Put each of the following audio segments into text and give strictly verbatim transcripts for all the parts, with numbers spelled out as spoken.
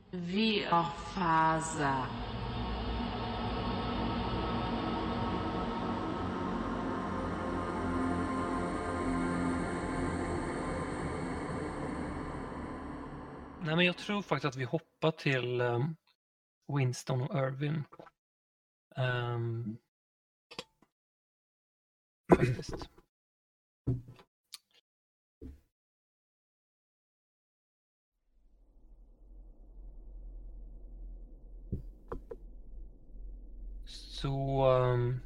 Viorfaza. Nej, men jag tror faktiskt att vi hoppar till um, Winston och Irvin. Um, faktiskt. Så um,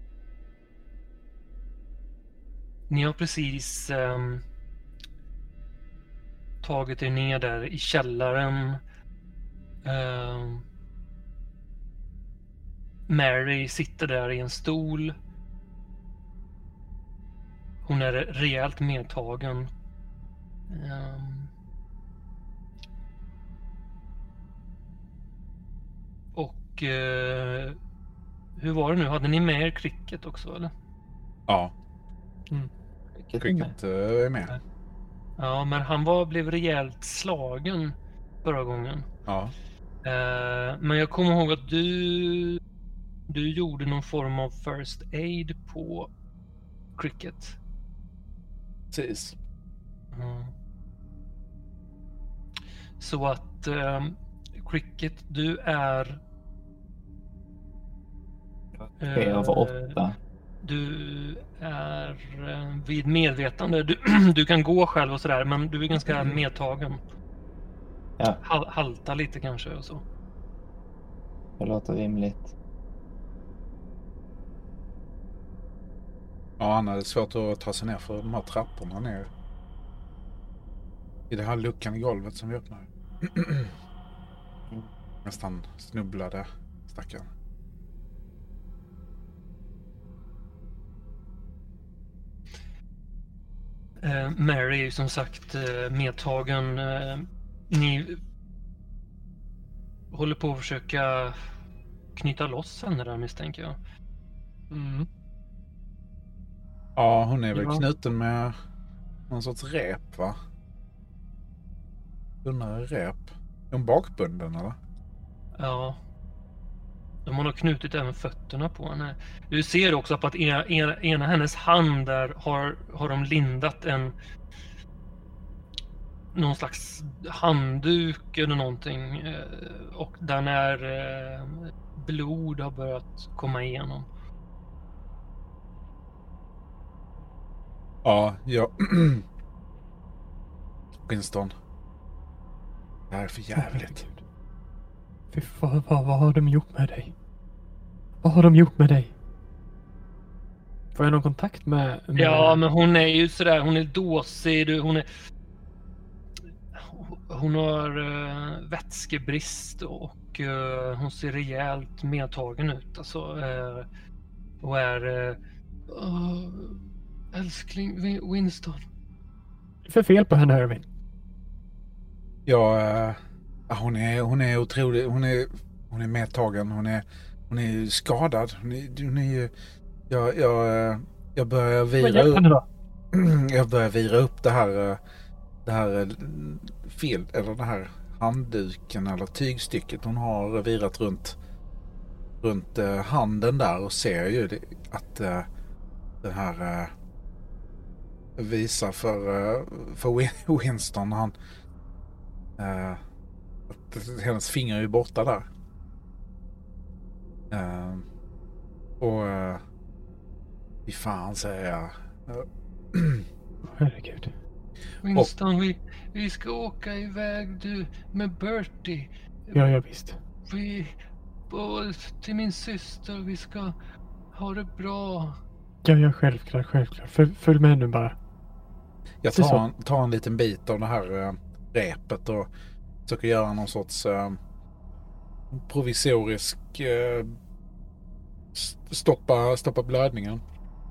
ni har precis um, tagit er ner där i källaren. Um, Mary sitter där i en stol. Hon är rejält medtagen. Um, och uh, hur var det nu? Hade ni med er cricket också eller? Ja. Mm. Cricket är med. Ja, men han var, blev rejält slagen förra gången. Ja. Uh, men jag kommer ihåg att du du gjorde någon form av first aid på cricket. Precis. Mm. Så att um, cricket, du är tre uh, av åtta. Du är uh, vid medvetande. Du, du kan gå själv och sådär, men du är ganska medtagen. Ja. Hal, halta lite kanske och så. Det låter rimligt. Ja, han hade svårt att ta sig ner för de här trapporna ner. I det här luckan i golvet som vi öppnar. Nästan snubblade stackaren. Uh, Mary är ju som sagt uh, medtagen. Uh, ni håller på att försöka knyta loss henne där, misstänker jag. Mm. Ja, hon är väl Ja. knuten med någon sorts rep, va? Tunnare rep. Är hon bakbunden, eller? Ja. De har nog knutit även fötterna på henne. Du ser också på att ena, ena, ena hennes hand där har, har de lindat en någon slags handduk eller någonting. Och där när blod har börjat komma igenom. Ja, ja. Winston. Det här är för jävligt. Fy fan, vad, vad har de gjort med dig? Vad har de gjort med dig? Får jag någon kontakt med... med... Ja, men hon är ju sådär, hon är dåsig, du, hon är... Hon har uh, vätskebrist och uh, hon ser rejält medtagen ut. Alltså, uh, och är... Uh, uh, älskling Win- Winston. För fel på henne, Irvin. Ja, uh, hon är hon är otrolig. Hon är hon är medtagen. Hon är hon är skadad. Hon är hon är jag jag jag börjar vira upp. Henne då? Jag börjar vira upp det här det här fel eller det här handduken eller tygstycket hon har virat runt runt uh, handen där och ser ju det, att uh, den här uh, visar för uh, för Winston han uh, att hennes finger är ju borta där. Uh, och uh, fy fan säger jag. Uh, Herregud. Winston, och... vi, vi ska åka iväg du med Bertie. Ja, ja visst. Vi, och till min syster, vi ska ha det bra. Ja, ja, självklart, självklart. Följ, följ med nu bara. Jag tar en, tar en liten bit av det här uh, repet och försöker göra någon sorts uh, provisorisk uh, stoppa, stoppa blödningen.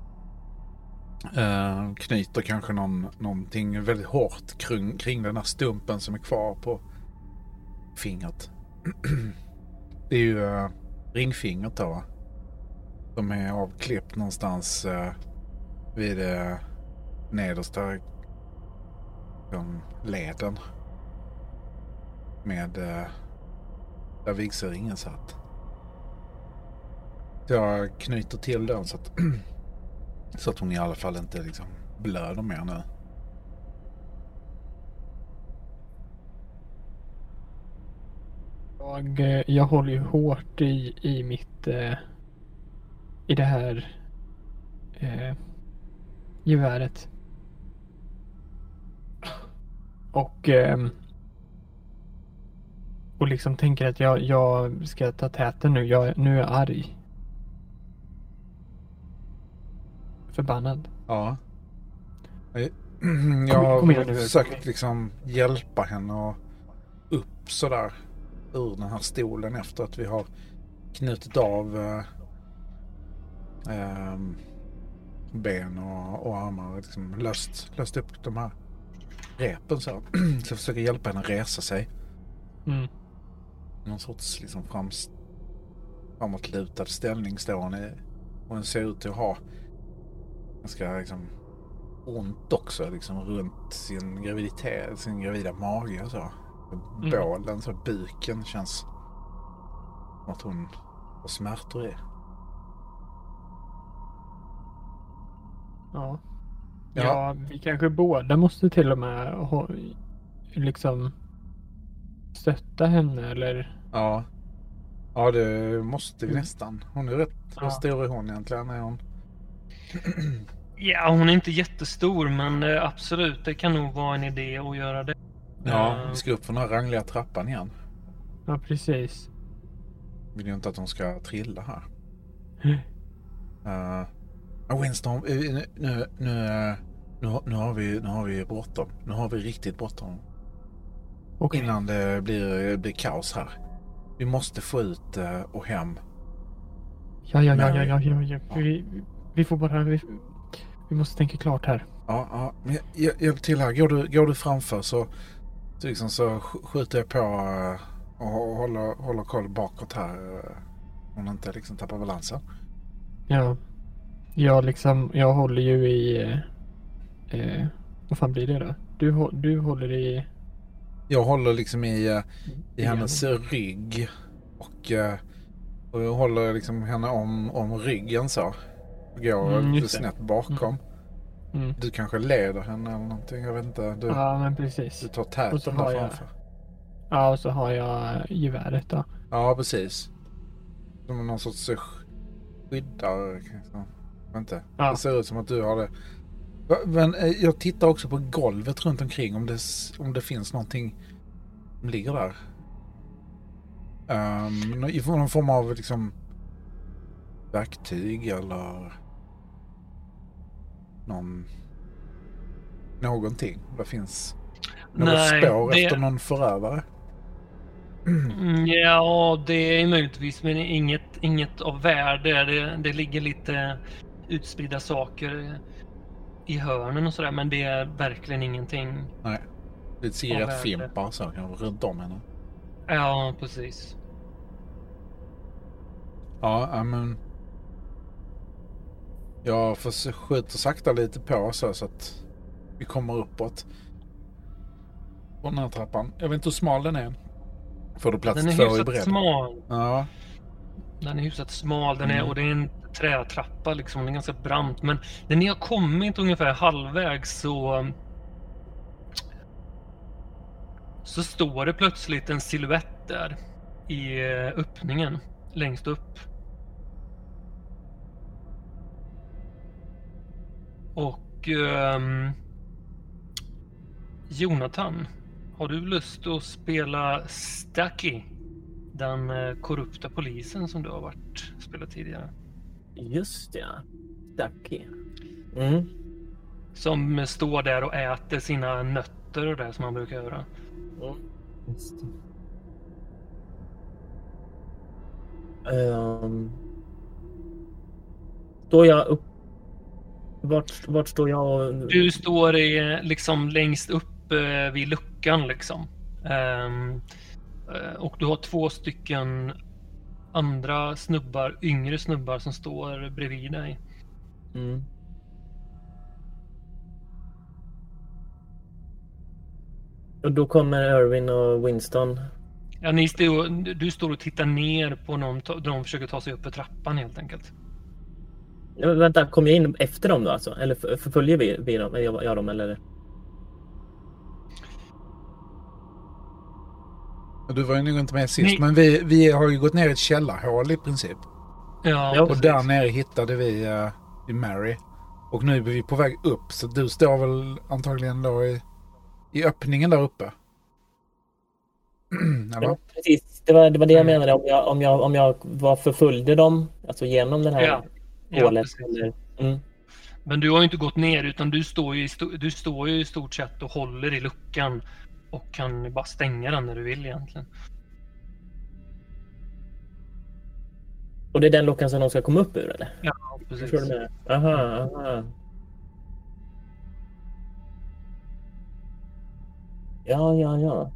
Uh, knyter kanske någon, någonting väldigt hårt kring, kring den här stumpen som är kvar på fingret. Det är ju uh, ringfingret då, va? Som är avklippt någonstans uh, vid uh, nedersta um, leden med uh, där vigselringen satt. Jag knyter till den så att, så att hon i alla fall inte liksom blöder mer nu. Jag, jag håller ju hårt i, i mitt eh, i det här eh, geväret. Och eh, och liksom tänker att jag, jag ska ta täten nu. Jag, nu är jag arg. Förbannad. Ja. Jag har kom igen nu, försökt liksom hjälpa henne och upp sådär ur den här stolen efter att vi har knutit av eh, eh, ben och, och armar och liksom löst, löst upp de här repen så. Så jag försöker hjälpa henne resa sig. Mm. Någon sorts liksom frams, framåtlutad ställning står hon i. Och hon ser ut att ha ganska liksom ont också liksom runt sin graviditet, sin gravida mage och så. Mm. Bålen, så buken känns som att hon har smärtor i. Ja. Ja. Ja, vi kanske båda måste till och med ha, liksom stötta henne eller... Ja. Ja, det måste vi Mm. nästan. Hon är rätt. Ja. Hur stor är hon egentligen? Är hon? Ja, hon är inte jättestor, men eh, absolut, det kan nog vara en idé att göra det. Ja, Eh, vi ska upp för den här rangliga trappan igen. Ja, precis. Vill ju inte att hon ska trilla här. Mm. Uh, Winston, eh, nu, nu, nu, eh, nu, har- nu har vi, nu har vi bråttom. Nu har vi riktigt bråttom. Okej. Innan det blir, blir kaos här. Vi måste få ut uh, och hem. Ja, ja, ja, Mary. ja, ja, ja, ja. Vi, vi får bara... Vi, vi måste tänka klart här. Ja, ja. Men jag, jag, hjälp till här. Går du, går du framför så, så, liksom, så sk- skjuter jag på uh, och håller, håller koll bakåt här. Uh, om hon inte liksom tappar balansen. Ja. Jag liksom... Jag håller ju i... Eh, eh, vad fan blir det då? Du, hå- du håller i... Jag håller liksom i, uh, i Ja. hennes rygg och, uh, och jag håller liksom henne om, om ryggen så. Och går Mm, lite just det. snett bakom. Mm. Du kanske leder henne eller någonting. Jag vet inte. Du, Ja, men precis. du tar Och så täten har där jag- framför. Ja, och så har jag geväret då. Ja, precis. Som någon sorts eh, skyddar. Liksom. Jag vet inte. Ja. Det ser ut som att du har det. Va- Men eh, jag tittar också på golvet runt omkring om det, s- om det finns någonting som ligger där. Um, I någon form av liksom verktyg eller någon någonting. Det finns några Nej, spår det- efter någon förövare. Mm, Ja, det är möjligtvis, men inget, inget av värde. Det, det ligger lite utspridda saker i hörnen och sådär, men det är verkligen ingenting. Nej. Lite cigarettfimpar så kanske runt om henne. Ja, precis. Ja, ja, men jag får skjuta sakta lite på så, så att vi kommer uppåt på den här trappan. Jag vet inte hur smal den är. Får du plats Den är två i hyfsat bredd? smal. Ja, Den är hyfsat smal, den är, Mm. och det är en trätrappa liksom, den är ganska brant. Men när ni har kommit ungefär halvvägs så så står det plötsligt en silhuett där i eh, öppningen längst upp. Och ehm, Jonathan, har du lust att spela Stucky? Den eh, korrupta polisen som du har varit spelat tidigare. Just det. Stucky. Mm. Som står där och äter sina nötter och det som man brukar göra. Mm. Just det. Um, står jag upp? Vart, vart står jag? Och... Du står i, liksom längst upp eh, vid luckan liksom. Ehm, eh, och du har två stycken andra snubbar, yngre snubbar som står bredvid dig. Mm. Och då kommer Irvin och Winston. Ja, ni står, du står och tittar ner på någon, de försöker ta sig upp för trappan helt enkelt. Ja, men vänta, kommer jag in efter dem då alltså? Eller f- förföljer vi, vi dem? Jag, jag dem eller? Du var ju nog inte med sist, Ni- men vi, vi har ju gått ner i ett källarhål i princip. Ja, Ja, Och precis. där nere hittade vi uh, Mary. Och nu är vi på väg upp, så du står väl antagligen då i, i öppningen där uppe. Eller? Ja, precis. Det var det, var det jag menade. Om jag, om, jag, om jag var förföljde dem, alltså genom den här Ja, ja, hålet. precis. eller, mm. Men du har ju inte gått ner utan du står ju i, sto- du står ju i stort sett och håller i luckan och kan bara stänga den när du vill egentligen. Och det är den luckan som de ska komma upp ur, eller? Ja, Jag precis. tror du menar. Aha, aha. Ja, ja, ja.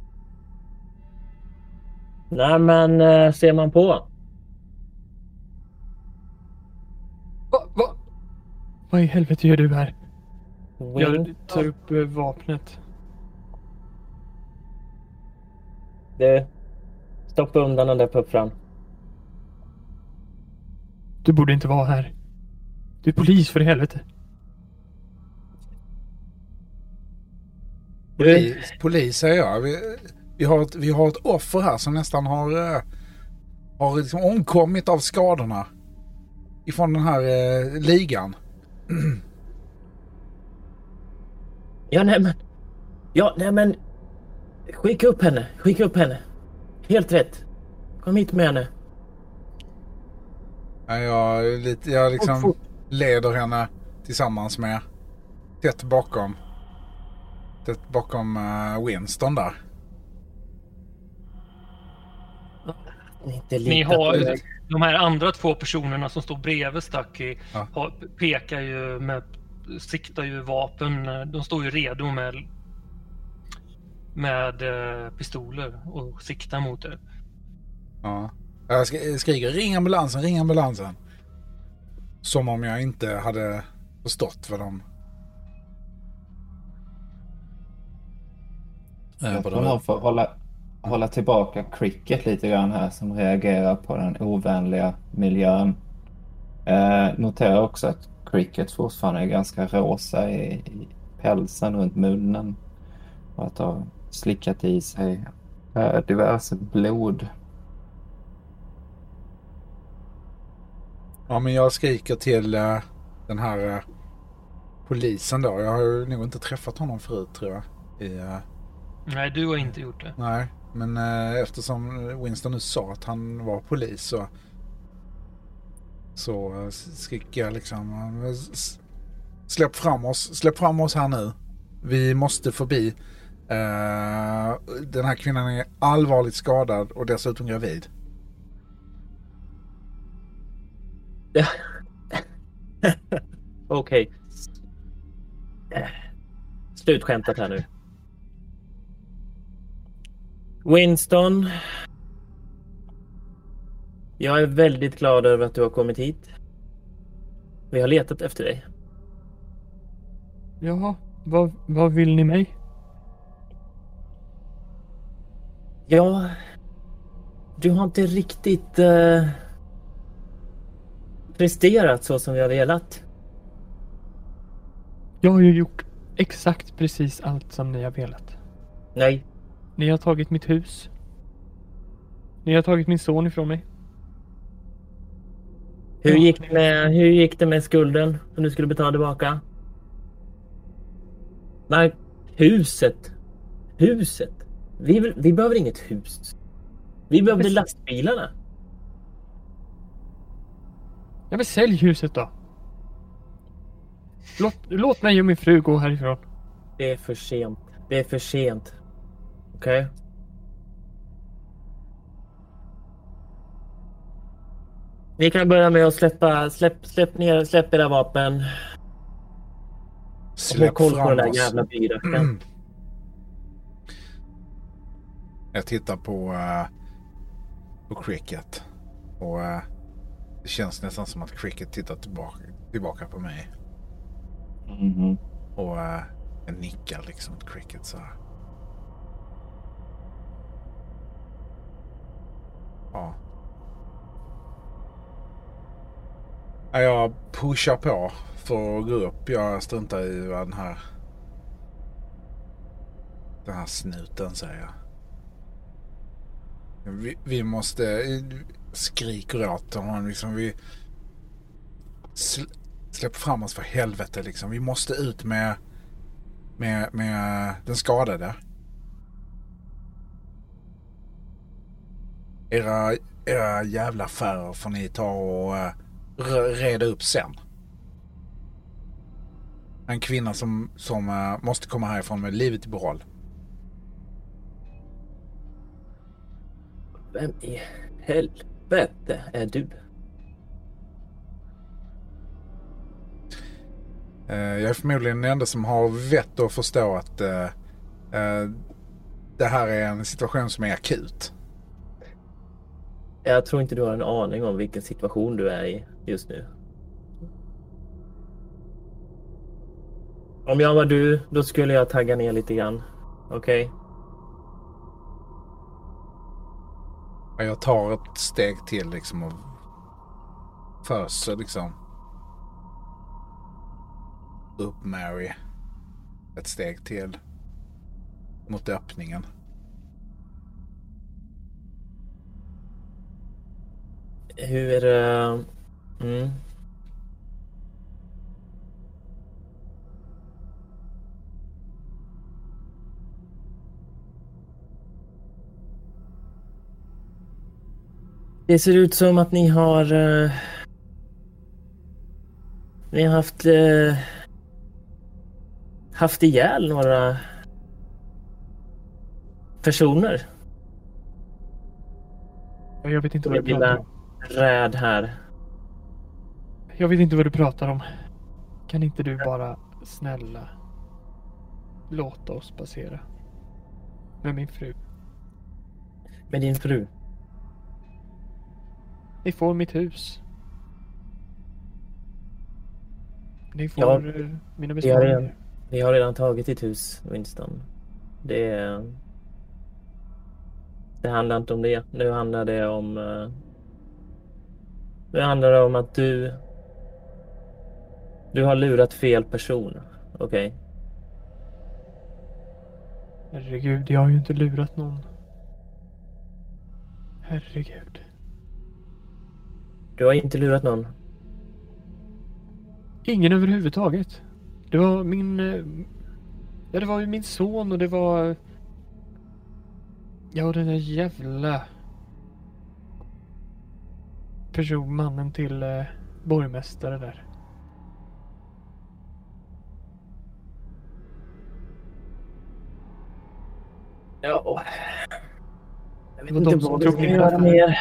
Nej, men eh, ser man på. Va, va? Vad i helvete gör du här? Jag Wing, tar upp eh, vapnet. du, stoppa undan den där puffran. Du borde inte vara här. Du är polis för helvete. Polis, polis säger jag. Vi, vi, har ett, vi har ett offer här som nästan har, uh, har liksom omkommit av skadorna ifrån den här uh, ligan. Ja, nej men. Ja, nej men. Skicka upp henne. Skicka upp henne. Helt rätt. Kom hit med henne. Ja, jag, är lite, jag liksom Fort, fort. leder henne tillsammans med tätt bakom tätt bakom uh, Winston där. Inte Ni lita har på ju, mig. de här andra två personerna som står bredvid Stucky Ja. har, pekar ju med, siktar ju vapen, de står ju redo med med eh, pistoler och siktar mot er. Ja. Jag sk- skriker ring ambulansen, ring ambulansen. Som om jag inte hade förstått vad de... Eh, Jag vad tror det var. nog får hålla, hålla tillbaka Cricket lite grann här som reagerar på den ovänliga miljön. Eh, noterar också att Cricket fortfarande är ganska rosa i, i pälsen runt munnen. Och att ha slickat i sig eh, diverse blod. Ja, men jag skriker till uh, den här uh, polisen då. Jag har ju nog inte träffat honom förut tror jag. I, uh, Nej, du har inte gjort det. nej, men uh, eftersom Winston nu sa att han var polis så så uh, skriker jag liksom uh, s- släpp fram oss, släpp fram oss här nu. Vi måste förbi. Uh, den här kvinnan är allvarligt skadad och dessutom gravid. Ja. Okej. Slut skämtat här nu. Winston. Jag är väldigt glad över att du har kommit hit. Vi har letat efter dig. Jaha, vad, vad vill ni mig? Ja, du har inte riktigt eh, presterat så som vi har velat. Jag har ju gjort exakt precis allt som ni har velat. Nej, Ni har tagit mitt hus. Ni har tagit min son ifrån mig. hur Ja. gick det med, hur gick det med skulden som du skulle betala tillbaka? Nej, huset. Huset. Vi, vill- vi behöver inget hus. Vi behövde Men- lastbilarna. Ja men sälj huset då. Låt, låt mig och min fru gå härifrån. Det är för sent. Det är för sent. Okej? Ni kan börja med att släppa, släpp, släpp ner, släpp era vapen. Och håll Släpp koll på den fram där oss. jävla byröken. Jag tittar på uh, på Cricket och uh, det känns nästan som att Cricket tittar tillbaka, tillbaka på mig Mhm. och uh, jag nickar liksom till Cricket så här. Ja. Jag pushar på för att gå upp. Jag struntar i vad den här den här snuten säger. Vi, vi måste skriker åt honom liksom. Vi sl, släpper fram oss för helvete liksom. Vi måste ut med med, med den skadade. Era, era jävla affärer får ni ta och uh, reda upp sen. En kvinna som, som uh, måste komma härifrån med livet i behåll. Vem i helvete är du? Uh, jag är förmodligen den enda som har vett att förstå att uh, uh, det här är en situation som är akut. Jag tror inte du har en aning om vilken situation du är i just nu. Om jag var du, då skulle jag tagga ner lite grann. Okej? Okay? Jag tar ett steg till liksom och föser liksom upp Mary ett steg till mot öppningen. Hur är det? Mm. Det ser ut som att ni har uh, ni har haft uh, haft ihjäl några personer. Jag vet inte vad du Lilla pratar om. räd här. Jag vet inte vad du pratar om. Kan inte du bara snälla låta oss passera med min fru? Med din fru? Ni får mitt hus. Ni får Ja, eh, mina vi har, redan, besparingar. vi har redan tagit ditt hus, Winston. Det är... Det handlar inte om det. Nu handlar det om... Uh, nu handlar det om att du... Du har lurat fel person. Okej? Okay? Herregud, jag har ju inte lurat någon. Herregud. Du har inte lurat någon? Ingen överhuvudtaget. Det var min... eh, Ja, det var ju min son och det var... Ja, den där jävla... person, mannen till eh, borgmästare där. Ja. Jag vet Det var inte de som vad vi drog ska ner göra affären. mer.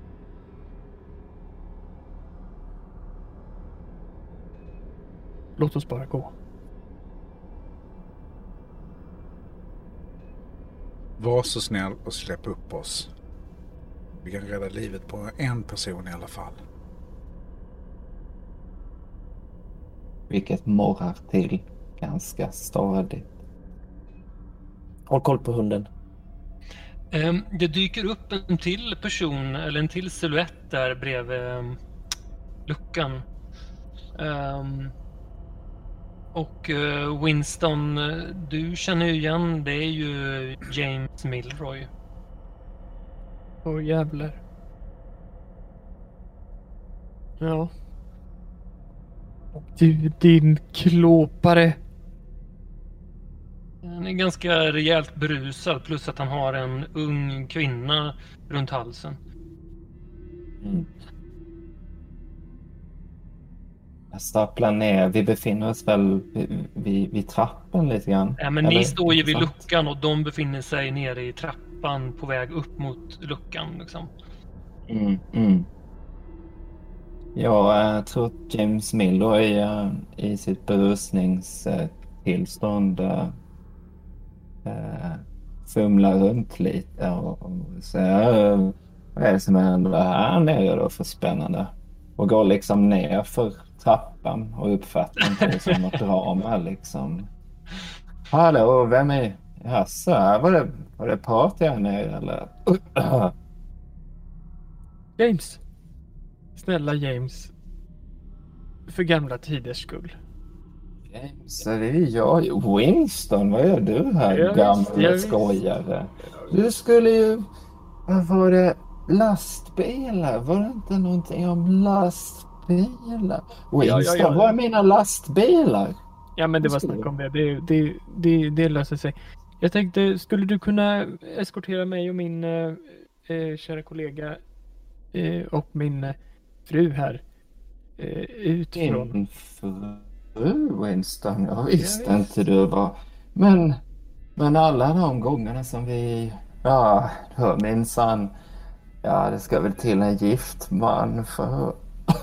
Låt oss bara gå. Var så snäll och släpp upp oss. Vi kan rädda livet på en person i alla fall. Vilket morrar till ganska stadigt. Håll koll på hunden. Um, det dyker upp en till person, eller en till silhuett där bredvid um, luckan. Um, och uh, Winston, du känner ju igen, det är ju James Milroy. Åh jävlar. Ja. Du din klåpare. Han är ganska rejält berusad, plus att han har en ung kvinna runt halsen. Mm. Jag staplar ner. Vi befinner oss väl vid, vid, vid trappan lite grann. Ja, men eller? ni står ju vid Sant? luckan och de befinner sig nere i trappan på väg upp mot luckan. Liksom. Mm, mm. Ja, jag tror att James Miller i, i sitt berusningstillstånd äh, äh, fumlar runt lite och, och säger vad är det som händer här nere då för spännande? Och går liksom ner för trappan och uppfattar inte det som något drama liksom. Hallå, vem är Hasse? Var det, var det party här nere eller? James. Snälla James. För gamla tiders skull. James, det är jag. Winston, vad gör du här, Ja, visst, ja, gamla visst. skojare? Du skulle ju... Vad var det? Lastbilar? Var det inte någonting om lastbilar? Winston, ja, ja. var är mina lastbilar? Ja, men det var snack om det. Det, det, det, det löser sig. Jag tänkte, skulle du kunna eskortera mig och min eh, eh, kära kollega eh, och min eh, fru här eh, ut från... Din fru, Winston? Jag visste Ja, inte du var... Men, men alla de gångerna som vi... Ja, hör minsann. Ja, det ska väl till en gift man för,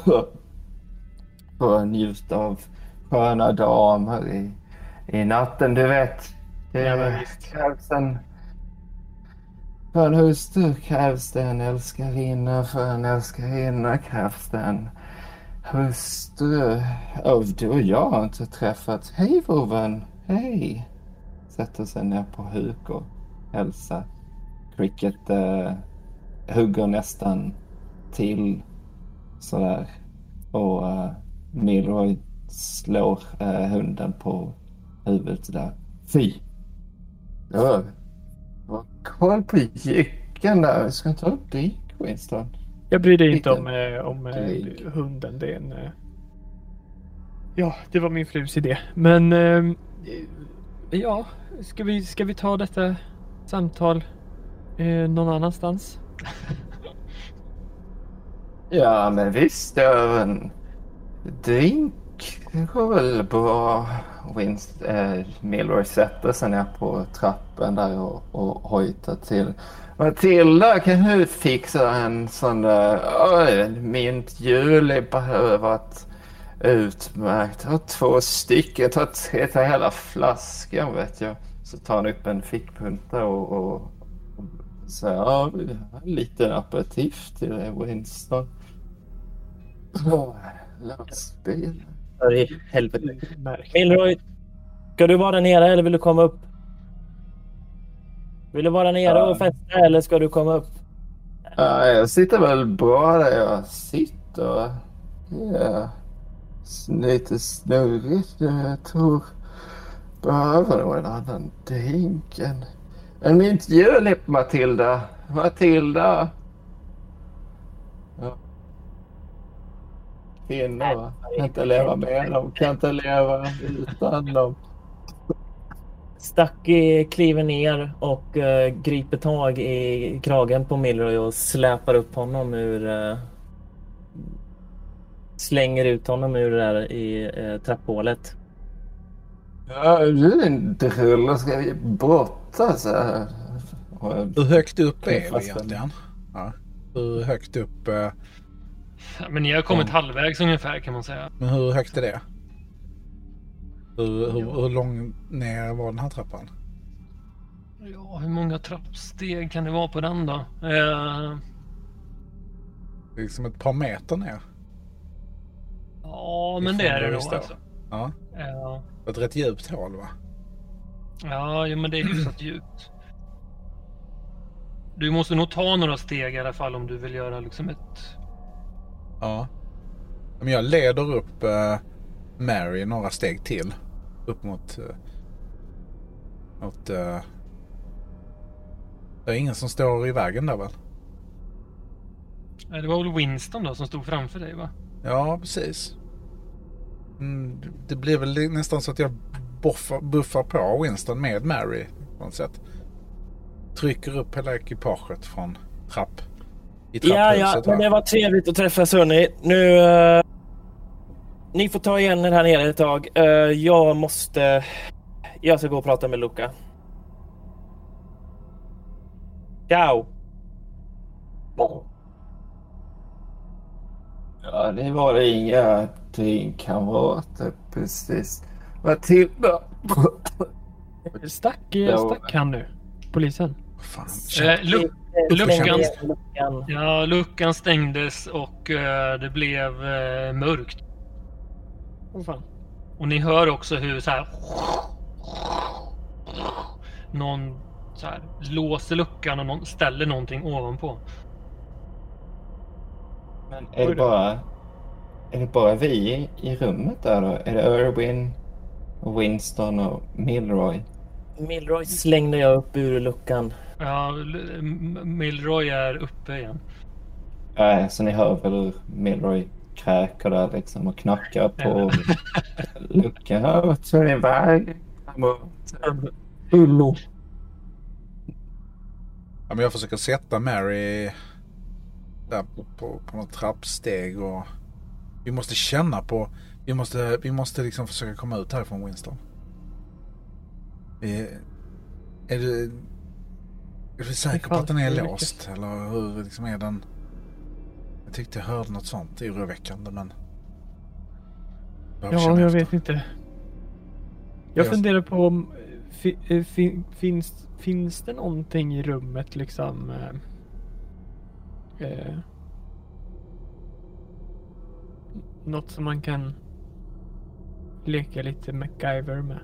för att njuta av sköna damer i, i natten, du vet. Det Ja, men visst. krävs en... För en hustru krävs det en älskarinna, för en älskarinna krävs det en hustru. Och du och jag har inte träffat. Hej vår vän, hej. Sätter sig ner på huk och hälsar. Cricket eh, hugger nästan till sådär. Och eh, Milroy slår eh, hunden på huvudet där. Fy! Ja, vad koll på jycken där. Vi ska inte ta upp det, Winston. Jag bryr dig inte Lite om, eh, om eh, dryg. hunden. Det är en... Eh... Ja, det var min frus idé. Men... Eh, ja, ska vi, ska vi ta detta samtal eh, någon annanstans? Ja, men visst, en drink går väl bra. Winst, eh, Milroy sätter sig ner på trappen där och, och hojtar till. Matilda, kan du fixa en sån där... Oj, mint Julie behöver varit utmärkt. Ta två stycken, ta, tre, ta hela flaskan vet jag. Så tar han upp en fickpunta och, och, och säger ja, en liten aperitif till dig, Winston. Åh, lastbil. För i helvete. Märkligt. Milroy, ska du vara nere eller vill du komma upp? Vill du vara nere Ja. och festa eller ska du komma upp? Ja, jag sitter väl bra där jag sitter. Ja, lite snurrigt. Jag tror behöver nog en annan drink. En, en mint julep, Matilda. Matilda. Ja. Kvinnor kan inte leva med dem. Kan inte leva utan dem. Stucky kliver ner och uh, griper tag i kragen på Milroy och släpar upp honom ur... Uh, slänger ut honom ur där i uh, trapphålet. Ja, du är en drull. Ska vi brottas här? Hur högt upp är vi Fast den- egentligen? Ja. Hur högt upp... eh, Ja, men ni har kommit Ja. halvvägs ungefär kan man säga. Men hur högt är det? Hur, hur, hur lång ner var den här trappan? Ja, hur många trappsteg kan det vara på den då? Eh, Det är liksom ett par meter ner. ja, men det Ifrån är där det vi nog står. alltså. Ja. Ja, Ett rätt djupt hål va? ja, ja, men det är hyfsat djupt. Du måste nog ta några steg i alla fall om du vill göra liksom ett... Ja. Men jag leder upp eh, Mary några steg till. Upp mot... Eh, mot eh, det är ingen som står i vägen där väl? Nej, det var väl Winston då som stod framför dig va? Ja, precis. Mm, det blir väl nästan så att jag buffar, buffar på Winston med Mary på något sätt. Trycker upp hela ekipaget från trapp. I Ja, ja, trapphuset men det här. var trevligt att träffas hörni. Nu... Uh, ni får ta igen den här nere ett tag. Uh, jag måste... Jag ska gå och prata med Luca. Ciao! Ja, det var inga drinkkamrater precis. Matilda. Stack, eh, Ja. stack han nu? Polisen? Fan. Eh, lu- luckan, luckan. ja, luckan stängdes och eh, det blev eh, mörkt. Åh fan. Och ni hör också hur så här någon så här låser luckan och någon ställer någonting ovanpå. Men är Oj det då. bara, är det bara vi i, i rummet där då? Är det Irwin, Winston och Milroy? Milroy slängde jag upp ur luckan. Ja, L- M- Milroy är uppe igen. Nej, så ni hör väl hur Milroy kräker där liksom och knackar på luckan. Ja, vart tar ni väg? Ullo. Ja, men jag försöker sätta Mary där på, på, på något trappsteg och vi måste känna på, vi måste, vi måste liksom försöka komma ut härifrån Winston. Vi, är du, är du säker på att den är låst? Eller hur liksom är den? Jag tyckte jag hörde något sånt oroväckande, men... Ja, jag vet inte. Jag Jag- funderar på om fi, eh, fi, finns, finns det någonting i rummet liksom eh, eh, något som man kan leka lite MacGyver med.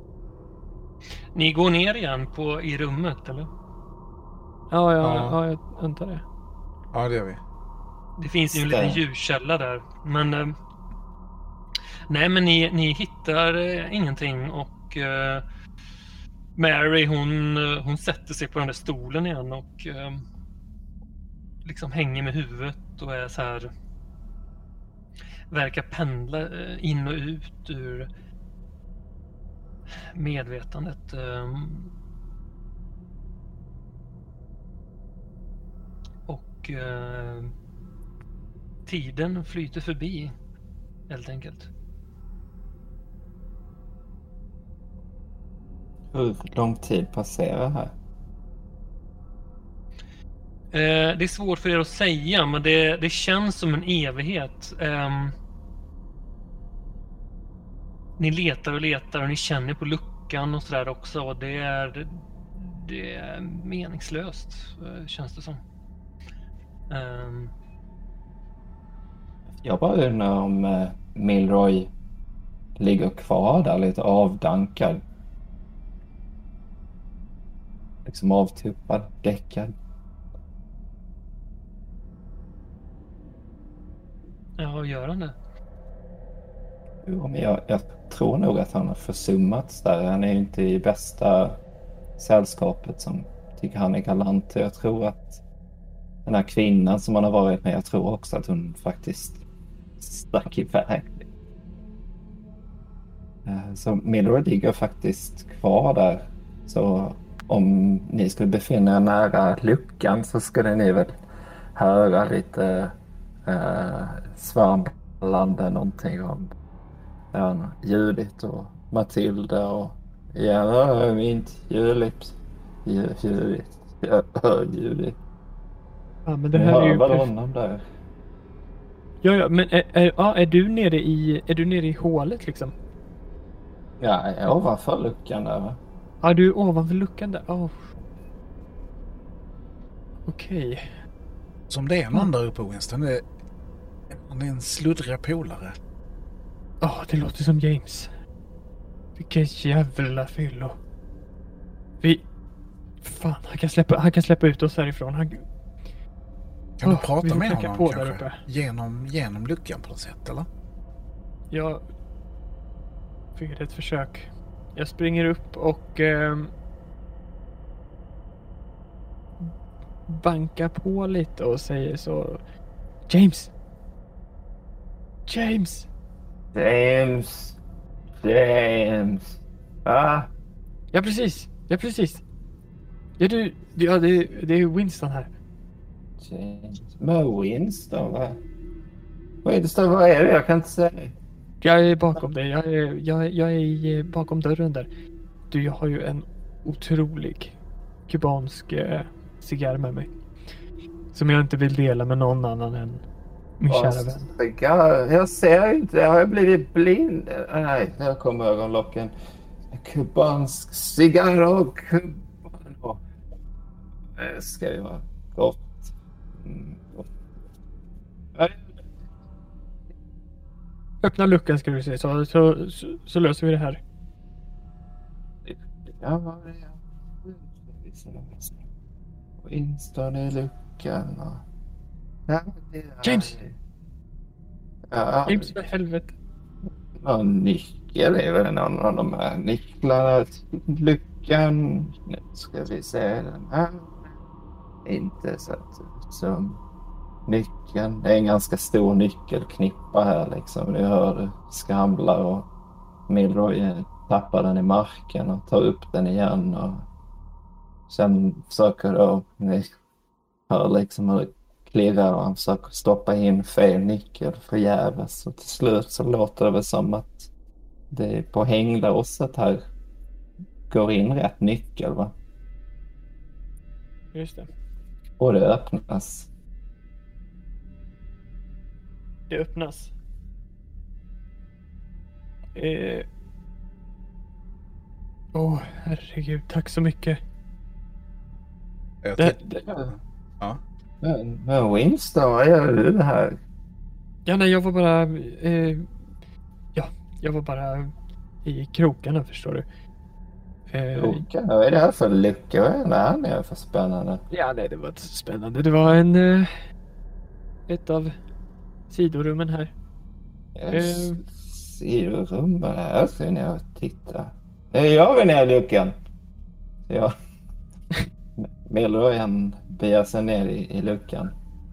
Ni går ner igen på, i rummet, eller? Ja, ja, Ja. ja. jag antar det. Ja, det gör vi. Det finns ju en liten Stäm. ljuskälla där. Men... Eh, nej, men ni, ni hittar eh, ingenting och... Eh, Mary, hon, eh, hon sätter sig på den där stolen igen och... Eh, liksom hänger med huvudet och är så här... Verkar pendla eh, in och ut ur medvetandet. Eh, och eh, tiden flyter förbi helt enkelt. Hur lång tid passerar här? Eh, det är svårt för er att säga, men det, det känns som en evighet. Ehm, ni letar och letar och ni känner på luckan och sådär också. Och det är, det, det är meningslöst, eh, känns det som. Ehm, Jag bara undrar om eh, Milroy ligger kvar där lite avdankad. Liksom avtuppad, däckad. ja, gör han det? Jo, men jag, jag tror nog att han har försummats där. Han är ju inte i bästa sällskapet som tycker han är galant. Jag tror att den här kvinnan som han har varit med, jag tror också att hon faktiskt stack iväg. Eh, Så Milroy ligger faktiskt kvar där. Så om ni skulle befinna er nära luckan så skulle ni väl höra lite eh, svamlande någonting om ja, Judith och Matilda och ja, inte Judith. Ju- Judith. Ja, Judith. Ja, men det Ni här är hör ju... väl perf- honom där? Ja, ja, men är, är, ja, är du nere i, är du nere i hålet liksom? Ja, jag är ovanför luckan där va? Ja, du är ovanför luckan där. Oh. Okej. Som det är någon där uppe Winston. Det är, det är en sluddrig polare. Ja, det låter som James. Vilken jävla fyllo. Vi... Fan, han kan släppa, han kan släppa ut oss härifrån. Han... Kan du Åh, vi prata får med knacka honom på där kanske? uppe. Genom, genom luckan på något sätt, eller? Jag... Fick ett försök. Jag springer upp och... ehm, bankar på lite och säger så... James! James! James. James. Ah. Ja, precis. Ja, precis. Ja, du... Ja, det, det är Winston här. James. Men Winston va? Winston, vad är det? Jag kan inte säga. Jag är bakom dig. Jag är, jag, är- jag är i- bakom dörren där. Du, jag har ju en otrolig kubansk eh, cigarr med mig. Som jag inte vill dela med någon annan än min kära vän. Cigarr. Jag ser inte. Jag har blivit blind. Nej, där kommer ögonlocken. Kubansk cigarr och kuban. Och... Det ska ju vara gott. Mm, gott. Öppna luckan ska du se så, så, så, så löser vi det här. Ja, vad är det? Winston i luckan och... Ja, det är... James! Ja, James, för helvete. någon nyckel är väl någon av de här nycklarna. Lyckan. Nu ska vi se den här. Inte så att som nyckeln. Det är en ganska stor nyckelknippa här liksom. Du hör det skramlar och Milroy tappar den i marken och tar upp den igen och sen försöker då ni hör liksom hur det klirrar och han försöker stoppa in fel nyckel förgäves och till slut så låter det väl som att det är på hänglåset här går in rätt nyckel va? Just det. Och det öppnas. Det öppnas. Eh... Åh, herregud. Tack så mycket. Jag Det, titt- det, ja. Men, men Winston, vad gör du här? ja, nej, jag var bara... Eh, ja, jag var bara i krokarna, förstår du. Eh, Luka, vad är det här för lucka? Vad är det här nere för spännande? ja, nej, det var inte så spännande. Det var en... Eh, ett av sidorummen här. Yes. Sidorummet här ska ni och titta. Jag vill ner i luckan. Ja. Milroy han beger sig ner i, i luckan.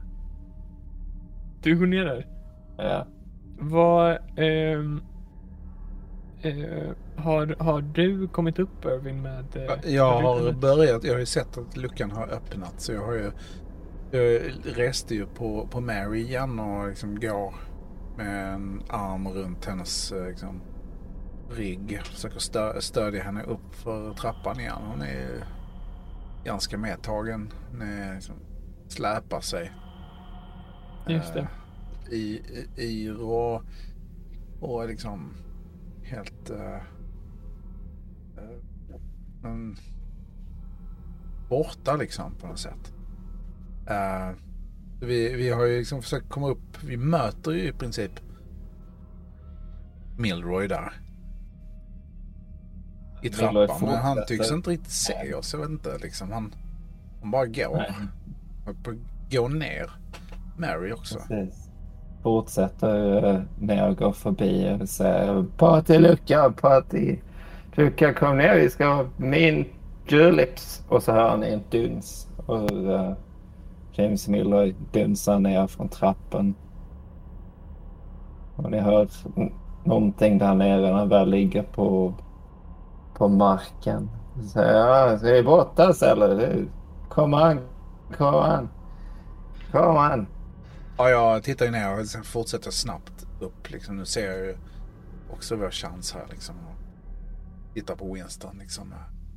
Du går ner där. Ja. Vad... ehm, eh, har, har du kommit upp, Irvin, med... Eh, Jag har med- börjat, jag har ju sett att luckan har öppnat så jag har ju jag reste ju på, på Mary igen och liksom går med en arm runt hennes liksom, rygg. Försöker stö, stödja henne upp för trappan igen. Hon är ganska medtagen. Hon är, liksom, släpar sig. Just det. Eh, I, i, i och, och liksom helt uh, uh, um, borta liksom på något sätt. Uh, vi, vi har ju liksom försökt komma upp, vi möter ju i princip Milroy där i Milroy trappan, men han fortsätter. tycks inte riktigt se oss, jag vet inte liksom, han, han bara går. Nej. Han på, gå ner. Mary också. Precis. Fortsätter uh, ner och går förbi och säger party lucka, party lucka, kom ner, vi ska ha min julips. Och så hör ni en duns och uh, James Milroy dunsar ner från trappan. Och ni hör n- någonting där nere när han väl ligger på, på marken. Så ja, så är vi borta eller? Kom an, kom an, kom an. Ja, jag tittar ju ner och sen fortsätter snabbt upp liksom. Nu ser jag ju också vår chans här liksom. Titta på Winston liksom.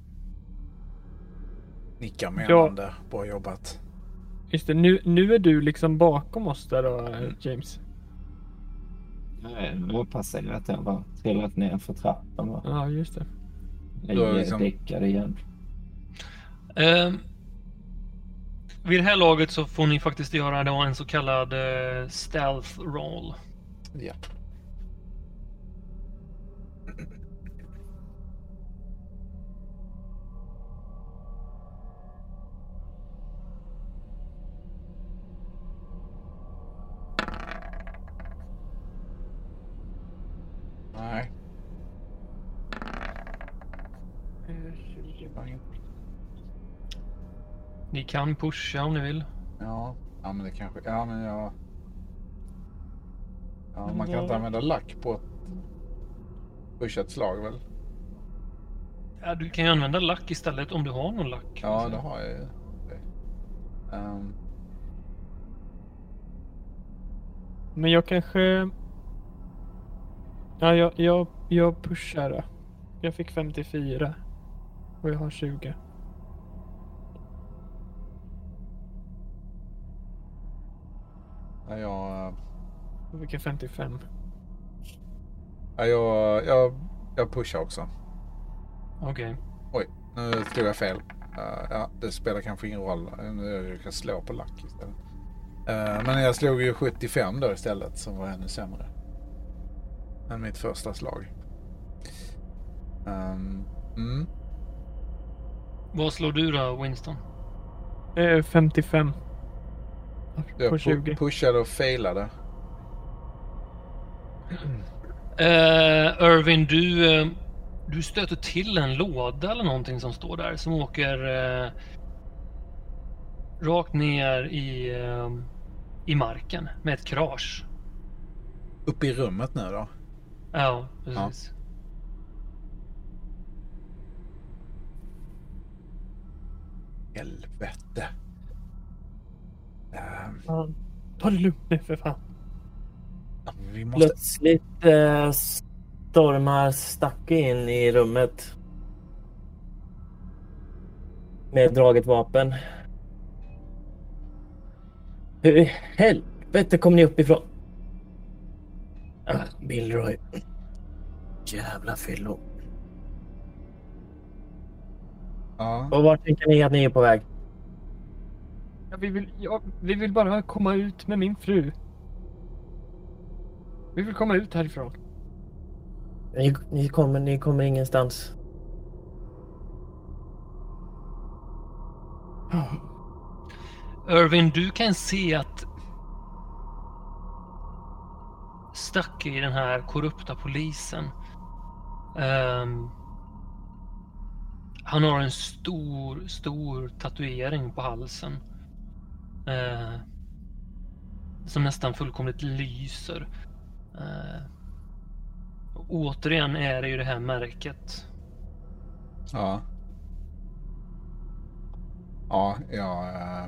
Nickar menande. Bra jobbat. Just det, nu, nu är du liksom bakom oss där då, James. Nej, det var passerat. Jag bara trillat ner för trappan. Va? Ja, just det. Jag Då är är liksom- däckad igen. Eh, vid det här laget så får ni faktiskt göra då en så kallad eh, stealth roll. Ja. Nej. Ni kan pusha om ni vill. Ja, ja men det kanske... Ja, men jag... Ja, man kan inte använda lack på ett... Pusha ett slag väl? Ja, du kan ju använda lack istället om du har någon lack. Ja, det har jag ju. Um, Men jag kanske... Ja, jag, jag, jag pushar då. Jag fick femtiofyra. Och jag har tjugo. ja, jag... Jag fick femtiofem. Ja, jag, jag, jag pushar också. Okej. Oj, nu slog jag fel. Uh, ja, det spelar kanske ingen roll. Nu kan jag slå på lack istället. Uh, men jag slog ju sjuttiofem då istället, som var ännu sämre än mitt första slag. Um, mm. Vad slår du då, Winston? Eh, femtiofem. På Jag tjugo. pu- pushade och failade. Uh, Irvin, du, uh, du stöter till en låda eller någonting som står där som åker uh, rakt ner i, uh, i marken med ett krasch. Uppe i rummet nu då? Ja, precis. Ja. Helvete. Uh, Ja, ta det lugnt nu för fan. vi måste... Plötsligt eh, stormar Stucky in i rummet. Med draget vapen. Hur i helvete kom ni upp ifrån? Ah, Milroy. Jävla fyllo. Ja. Och vart tänker ni att ni är på väg? Ja, vi, vill, ja, vi vill bara komma ut med min fru. Vi vill komma ut härifrån. Ni, ni, kommer, ni kommer ingenstans. Oh. Irvin, du kan se att Stucky i den här korrupta polisen. Um, han har en stor, stor tatuering på halsen. Uh, som nästan fullkomligt lyser. Uh, och återigen är det ju det här märket. Ja. Ja, jag... äh,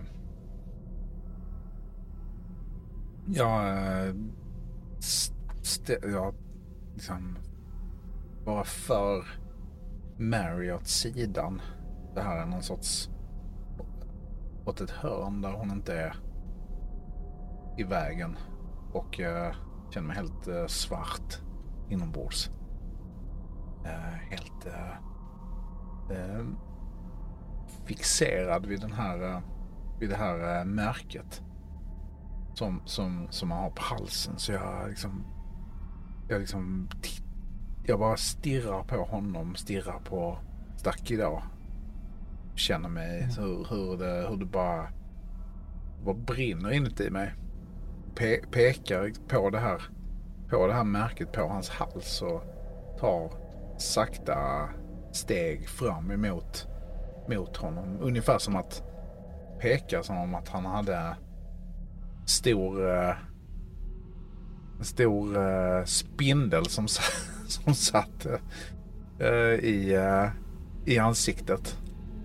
Jag... äh, st- jag liksom... Bara för Mary åt sidan. Det här är någon sorts... Åt ett hörn där hon inte är i vägen. Och äh, känner mig helt äh, svart inombords. Äh, helt... Äh, äh, fixerad vid den här vid det här äh, märket som, som, som man har på halsen, så jag liksom jag liksom jag bara stirrar på honom, stirrar på Stucky då, känner mig mm. hur, hur, det, hur det bara bara brinner inuti mig. Pe- pekar på det här på det här märket på hans hals och tar sakta steg fram emot mot honom. Ungefär som att peka som om att han hade stor uh, en stor uh, spindel som, som satt uh, i, uh, i ansiktet.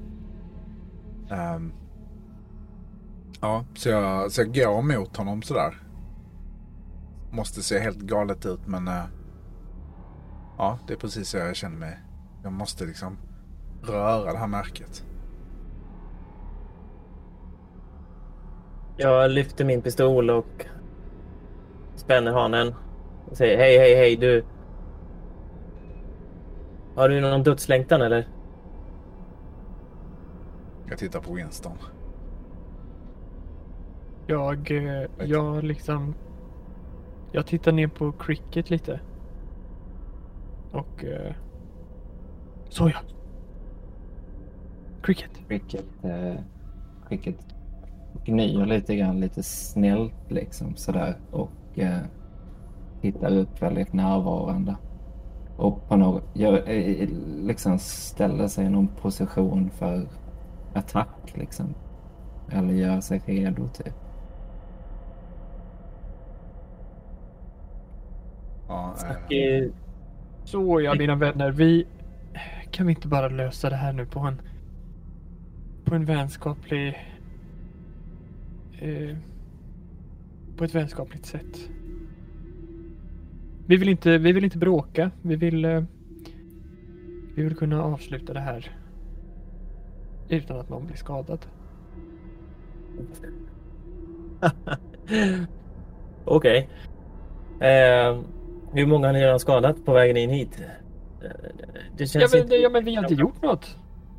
Um, ja, så jag, så jag går mot honom sådär. Måste se helt galet ut, men uh, ja, det är precis så jag känner mig. Jag måste liksom röra det här märket. Jag lyfter min pistol och spänner hanen och säger hej, hej, hej, du. Har du någon dödslängtan eller? Jag tittar på Winston. Jag, eh, jag liksom... Jag tittar ner på Cricket lite. Och... Eh, så ja. Cricket. Cricket, eh, Cricket gnyr lite grann, lite snällt liksom sådär. Och eh, tittar upp väldigt närvarande. Och på något, jag, eh, liksom ställer sig i någon position för attack liksom. Eller gör sig redo typ. Ja, Stucky... Så ja, mina vänner, vi... Kan vi inte bara lösa det här nu på en... På en vänskaplig... Eh, på ett vänskapligt sätt. Vi vill inte, vi vill inte bråka. Vi vill... Eh, vi vill kunna avsluta det här. Utan att någon blir skadad. Okej. Okay. Eh, hur många har ni redan skadat på vägen in hit? Det känns Ja men, inte... ja men vi har inte gjort något.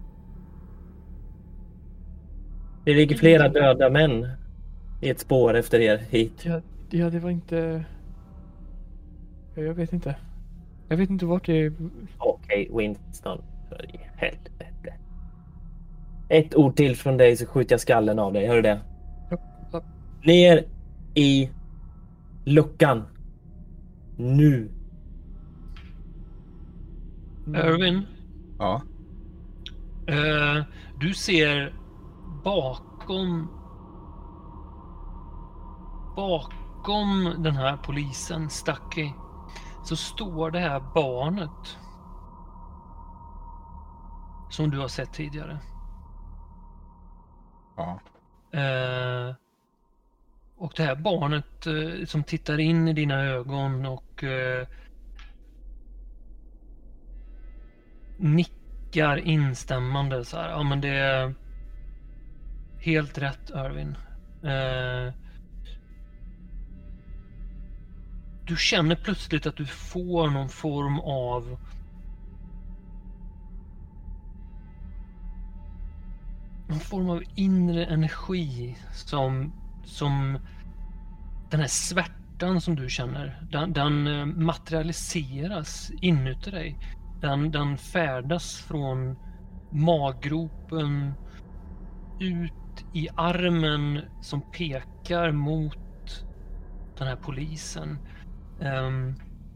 Det ligger flera döda män i ett spår efter er hit. Ja, ja det var inte... Jag vet inte. Jag vet inte vart det är... Okej, okay, Winston. För i helvete. Ett ord till från dig så skjuter jag skallen av dig. Hör du det? Ja, ja. Ner i luckan. Nu. Irvin, Ja. eh, du ser bakom bakom den här polisen, Stucky, så står det här barnet som du har sett tidigare. Ja. Eh, och det här barnet eh, som tittar in i dina ögon och eh, nickar instämmande så här. Ja, men det är helt rätt, Irvin. Eh, du känner plötsligt att du får någon form av någon form av inre energi som som den här svärtan som du känner, den, den materialiseras inuti dig. Den, den färdas från maggropen ut i armen som pekar mot den här polisen. Um,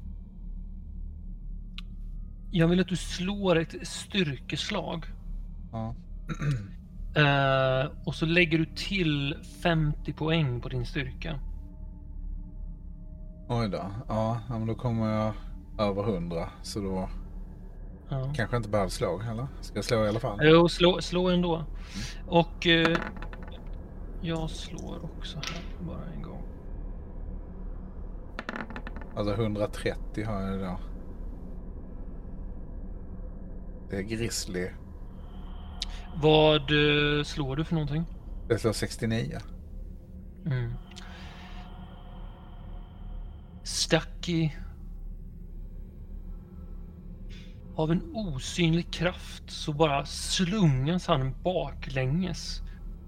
jag vill att du slår ett styrkeslag. Ja. Uh, och så lägger du till femtio poäng på din styrka. Oj då. Ja, men då kommer jag över hundra. Så då Ja. kanske inte behöver slå, eller? Ska jag slå i alla fall? Jo, slå, slå ändå. Mm. Och uh, jag slår också här bara en gång. Alltså hundratrettio har jag då. Det är Grizzly. Vad uh, slår du för någonting? Det slår sextionio. Mm. Stucky. Av en osynlig kraft så bara slungas han baklänges.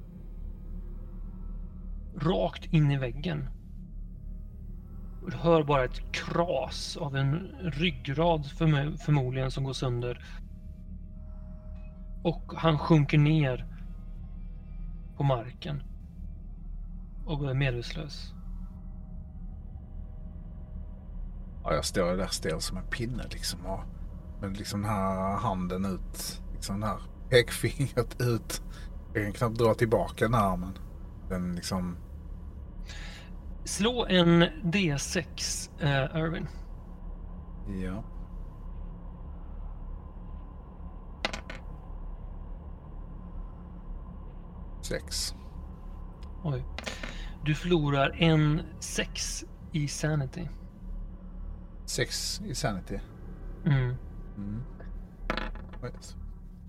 Rakt in i väggen. Du hör bara ett kras av en ryggrad förm- förmodligen som går sönder. Och han sjunker ner på marken och blir medvetslös. Ja, jag står där stel som en pinne liksom. Och, men liksom den här handen ut. Liksom den här pekfingret ut. Jag kan knappt dra tillbaka den här armen. Den liksom... Slå en D sex, uh, Irvin. Ja. Sex. Oj. Du förlorar en sex i sanity. Sex i sanity. Mm. Mm. Right.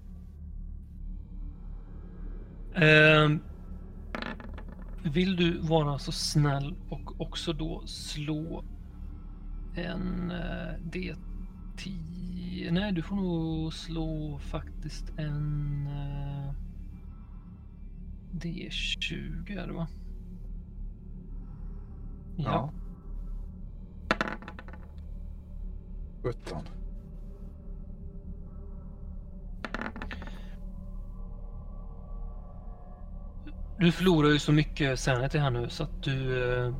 Uh, vill du vara så snäll och också då slå en uh, D tio? Nej, du får nog slå faktiskt en uh, D tjugo är det, va? Ja. Ja. sjutton. Du förlorar ju så mycket sanity här nu så att du... Eh,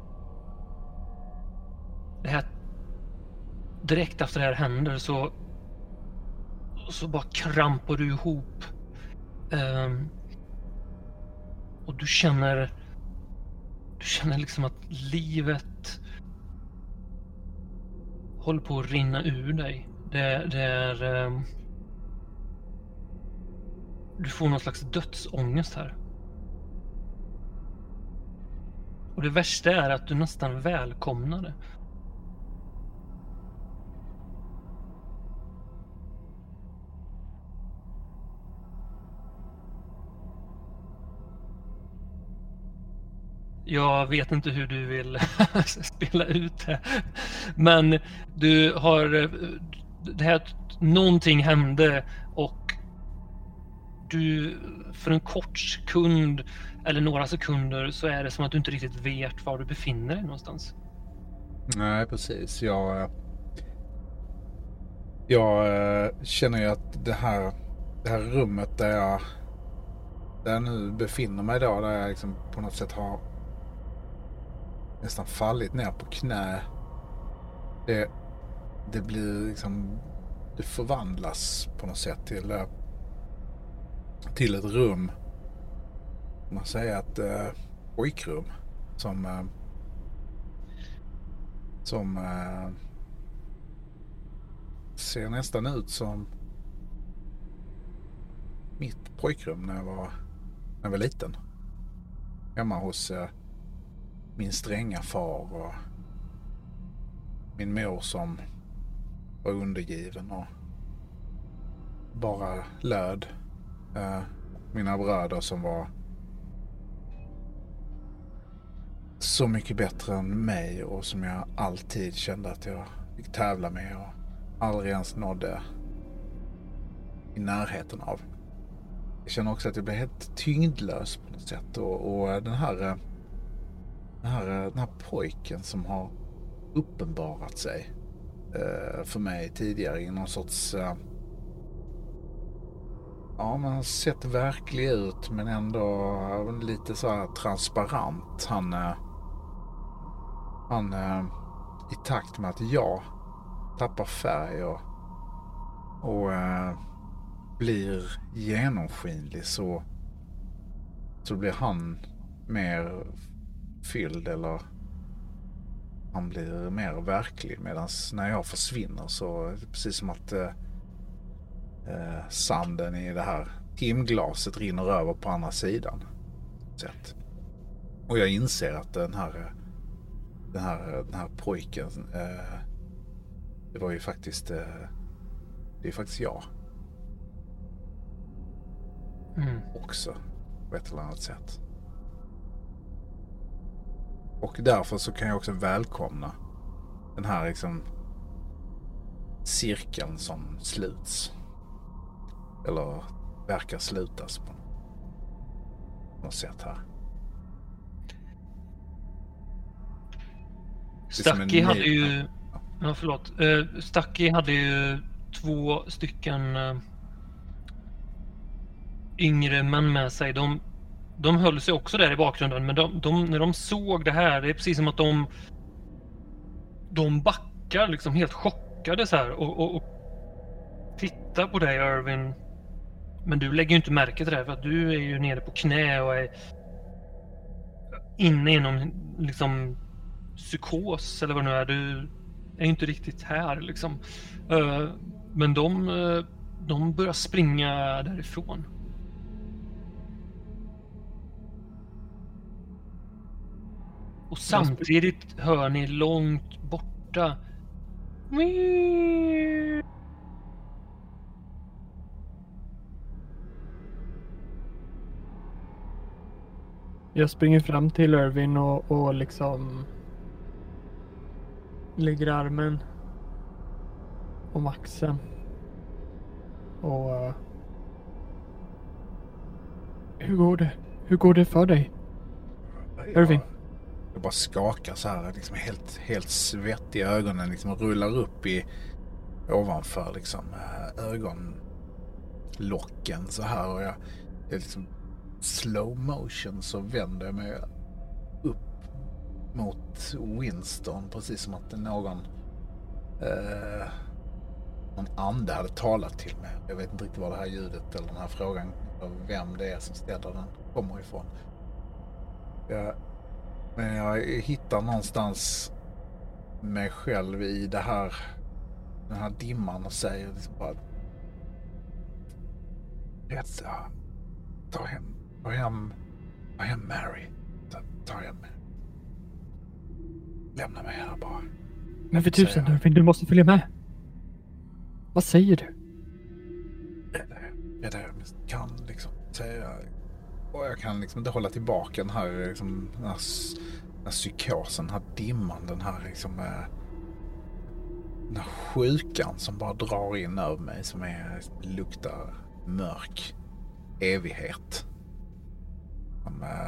det här... Direkt efter det här händer så... Så bara krampar du ihop. Eh, och du känner... Du känner liksom att livet... håller på att rinna ur dig. Det, det är... Eh, du får någon slags dödsångest här. Och det värsta är att du nästan välkomnar det. Jag vet inte hur du vill spela ut det. Men du har... Det här, någonting hände och du för en kort sekund eller några sekunder så är det som att du inte riktigt vet var du befinner dig någonstans. Nej, precis. Jag, jag känner ju att det här, det här rummet där jag, där jag nu befinner mig då, där jag liksom på något sätt har nästan fallit ner på knä. Det, det blir liksom, det förvandlas på något sätt till, till ett rum. Man säger att äh, pojkrum som äh, som äh, ser nästan ut som mitt pojkrum när jag var, när jag var liten. Hemma hos äh, min stränga far och min mor som var undergiven och bara löd. Äh, mina bröder som var så mycket bättre än mig och som jag alltid kände att jag fick tävla med och aldrig ens nådde i närheten av. Jag känner också att jag blev helt tyngdlös på något sätt och, och den här den här, den här pojken som har uppenbarat sig eh, för mig tidigare i någon sorts eh, ja, man har sett verklig ut men ändå lite så här transparent. Han eh, han eh, i takt med att jag tappar färg och och eh, blir genomskinlig så så blir han mer fylld eller han blir mer verklig medan när jag försvinner så är det precis som att eh, eh, sanden i det här timglaset rinner över på andra sidan. Sätt. Och jag inser att den här den här, den här pojken eh, det var ju faktiskt eh, det är faktiskt jag. Mm. Också på ett eller annat sätt. Och därför så kan jag också välkomna den här liksom cirkeln som sluts. Eller verkar slutas på något sätt här. Stucky hade ju... Ja, förlåt. Uh, Stucky hade ju två stycken uh, yngre män med sig. De, de höll sig också där i bakgrunden, men de, de, när de såg det här, det är precis som att de de backar liksom helt chockade så här och, och, och tittar på dig, Irvin. Men du lägger ju inte märke till det för att du är ju nere på knä och är inne i någon liksom psykos eller vad det nu är. Du är inte riktigt här liksom. Uh, men de, uh, de börjar springa därifrån. Och samtidigt hör ni långt borta. Jag springer fram till Irvin och, och liksom lägger armen om axeln. Och uh, hur går det? Hur går det för dig? Irvin? Jag bara skakar så här, liksom helt, helt svettig i ögonen, liksom rullar upp i ovanför liksom ögonlocken så här och jag, det är liksom slow motion så vänder jag mig upp mot Winston precis som att någon eh, någon ande hade talat till mig. Jag vet inte riktigt vad det här ljudet eller den här frågan vem det är som ställer den kommer ifrån. Jag Men jag hittar någonstans mig själv i det här, den här dimman och säger liksom bara Rätta, ta hem, ta hem, ta hem Mary, ta, ta hem lämna mig här bara. Men för tusen Irvin, du måste följa med. Vad säger du? Det är det, det, är det jag kan liksom säga. Och jag kan liksom inte hålla tillbaka den här, liksom, den här, den här psykosen, den här dimman, den här, liksom, eh, den här sjukan som bara drar in över mig, som är, luktar mörk evighet. Som, eh,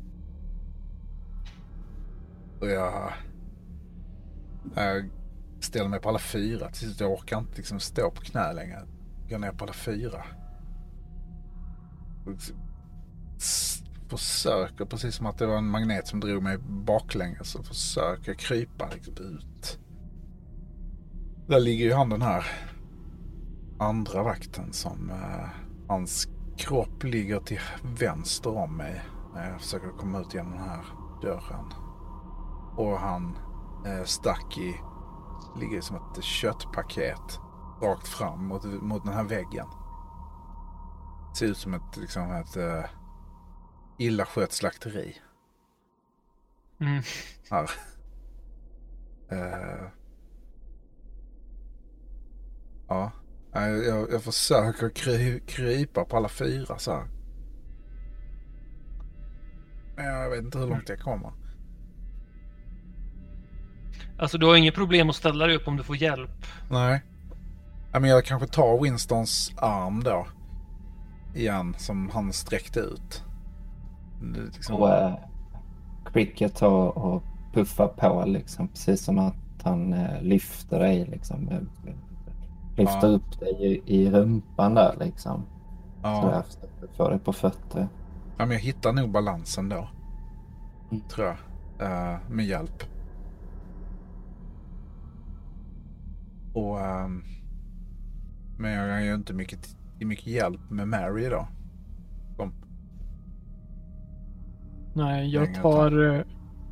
och jag, jag ställer mig på alla fyra till slut. Jag orkar inte liksom stå på knä längre. Jag går ner på alla fyra. försöker, precis som att det var en magnet som drog mig baklänges, så försöker krypa liksom ut. Där ligger ju han den här andra vakten som uh, hans kropp ligger till vänster om mig när jag försöker komma ut genom den här dörren. Och han uh, stack i, ligger som ett köttpaket rakt fram mot, mot den här väggen. Ser ut som ett, liksom ett uh, illa skött slakteri. Mm. Här. Uh, ja. Jag, jag, jag försöker kry, krypa på alla fyra så här. Men jag vet inte hur långt jag kommer. Alltså du har inget problem att ställa dig upp om du får hjälp. Nej. Ja, men jag kanske tar Winstons arm då. Igen, som han sträckte ut. Det, liksom... Och äh, Cricket tar och puffar på liksom. Precis som att han äh, lyfter dig liksom. Äh, lyfter ja. upp dig i, i rumpan där liksom. Ja. Så jag får dig på fötter. Ja, men jag hittar nog balansen då. Mm. Tror jag. Uh, med hjälp. Och... Um, men jag har ju inte mycket, mycket hjälp med Mary då. Som... Nej, jag tar... eh,